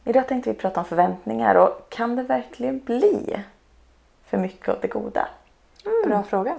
Idag tänkte vi prata om förväntningar och kan det verkligen bli för mycket av det goda? Bra fråga.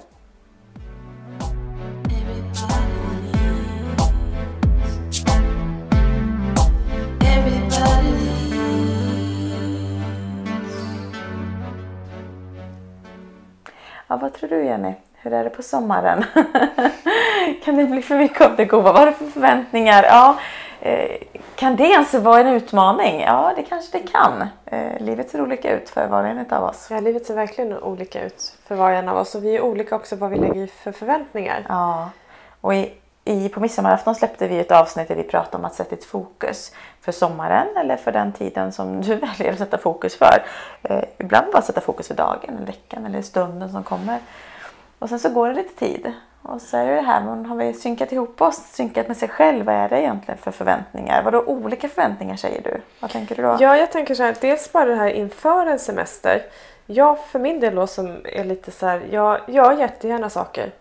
Ja, vad tror du, Jenny? Hur är det på sommaren? Kan det bli för mycket av det goda? Vad är det för förväntningar? Ja, kan det ens vara en utmaning? Ja, det kanske det kan. Livet ser olika ut för var och en av oss. Ja, livet ser verkligen olika ut för var och en av oss. Och vi är olika också vad vi lägger i för förväntningar. Ja, och på midsommarafton släppte vi ett avsnitt där vi pratade om att sätta ett fokus för sommaren eller för den tiden som du väljer att sätta fokus för. Ibland bara sätta fokus för dagen eller veckan eller stunden som kommer. Och sen så går det lite tid. Och så är det här, men har vi synkat ihop oss, synkat med sig själv, vad är det egentligen för förväntningar? Vad då olika förväntningar säger du? Vad tänker du då? Ja, jag tänker så här, dels bara det här inför en semester. Jag för min del då som är lite så här, jag gör jättegärna saker.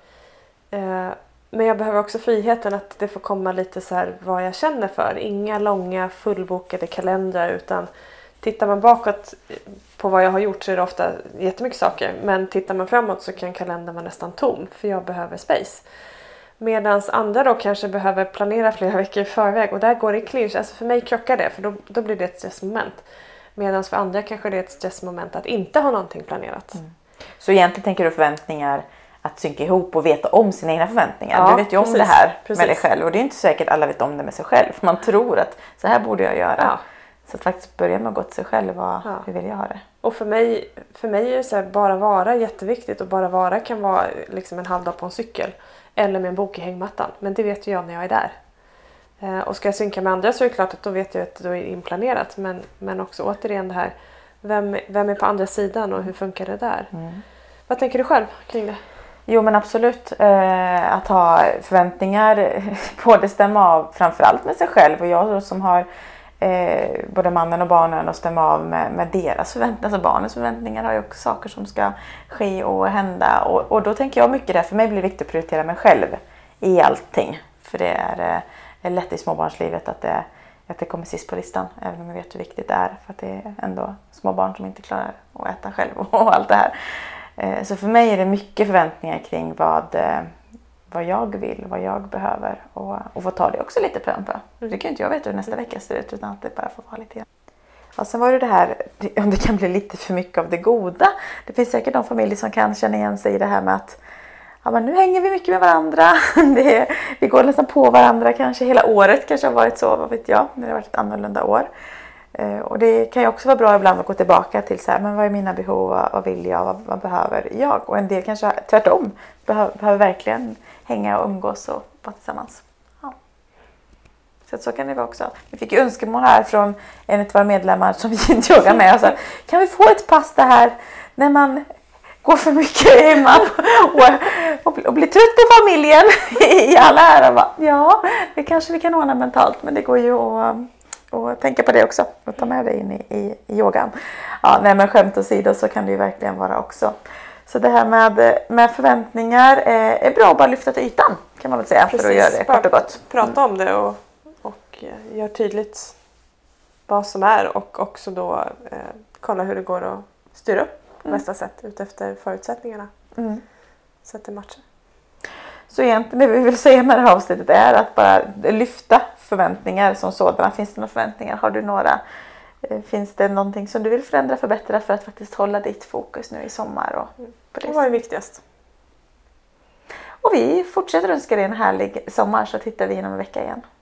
Men jag behöver också friheten att det får komma lite så här vad jag känner för. Inga långa fullbokade kalendrar utan tittar man bakåt på vad jag har gjort så är det ofta jättemycket saker. Men tittar man framåt så kan kalendern vara nästan tom för jag behöver space. Medan andra då kanske behöver planera flera veckor i förväg och där går det i clinch. Alltså för mig krockar det för då blir det ett stressmoment. Medan för andra kanske det är ett stressmoment att inte ha någonting planerat. Så egentligen tänker du förväntningar att synka ihop och veta om sina egna förväntningar. Ja, du vet ju om det här med dig precis. själv. Och det är inte säkert att alla vet om det med sig själv. Man tror att så här borde jag göra. Ja. Så att faktiskt börja med att gå till sig själv. Hur vill jag ha det? Och för mig är det så här, bara vara jätteviktigt. Och bara vara kan vara liksom en halvdag på en cykel. Eller med en bok i hängmattan. Men det vet ju jag när jag är där. Och ska jag synka med andra så är det klart att då vet jag att det då är inplanerat. Men också återigen det här. Vem är på andra sidan och hur funkar det där? Vad tänker du själv kring det? Jo men absolut. Att ha förväntningar. Både stämma av framförallt med sig själv. Och jag som har både mannen och barnen och stämma av med deras förväntningar. Alltså barnens förväntningar har ju också saker som ska ske och hända. Och då tänker jag mycket där. För mig blir det viktigt att prioritera mig själv i allting. För det är lätt i småbarnslivet att det kommer sist på listan. Även om jag vet hur viktigt det är. För att det är ändå små barn som inte klarar att äta själv och allt det här. Så för mig är det mycket förväntningar kring vad jag vill, vad jag behöver och få ta det också lite på en på. Det kan inte jag veta hur nästa vecka ser ut utan att det bara får vara lite. Och sen var det här, om det kan bli lite för mycket av det goda. Det finns säkert de familjer som kan känna igen sig i det här med att ja, men nu hänger vi mycket med varandra. Vi går nästan på varandra kanske hela året kanske har varit så, vad vet jag. Det har varit ett annorlunda år. Och det kan ju också vara bra ibland att gå tillbaka till så här, men vad är mina behov, vad vill jag, vad behöver jag? Och en del kanske tvärtom behöver verkligen hänga och umgås och vara tillsammans. Ja. Så kan det vara också. Vi fick ju önskemål här från en av våra medlemmar som vi inte yogar med. Alltså, kan vi få ett pass det här när man går för mycket hemma och blir trött på familjen i alla här. Ja, det kanske vi kan ordna mentalt, men det går ju att tänka på det också och ta med det in i yogan. Ja, nej, men skämt åsido så kan det ju verkligen vara också. Så det här med förväntningar är bra att bara lyfta till ytan kan man väl säga. Precis, för att göra det kort och gott. Prata om det och gör tydligt vad som är och också då kolla hur det går att styra upp på bästa sätt utefter förutsättningarna. Så att det matchar. Så egentligen det vi vill säga med det här avsnittet är att bara lyfta förväntningar som sådana. Finns det några förväntningar? Har du några? Finns det någonting som du vill förändra, förbättra för att faktiskt hålla ditt fokus nu i sommar? Och på det var det viktigast. Och vi fortsätter önska dig en härlig sommar så tittar vi inom en vecka igen.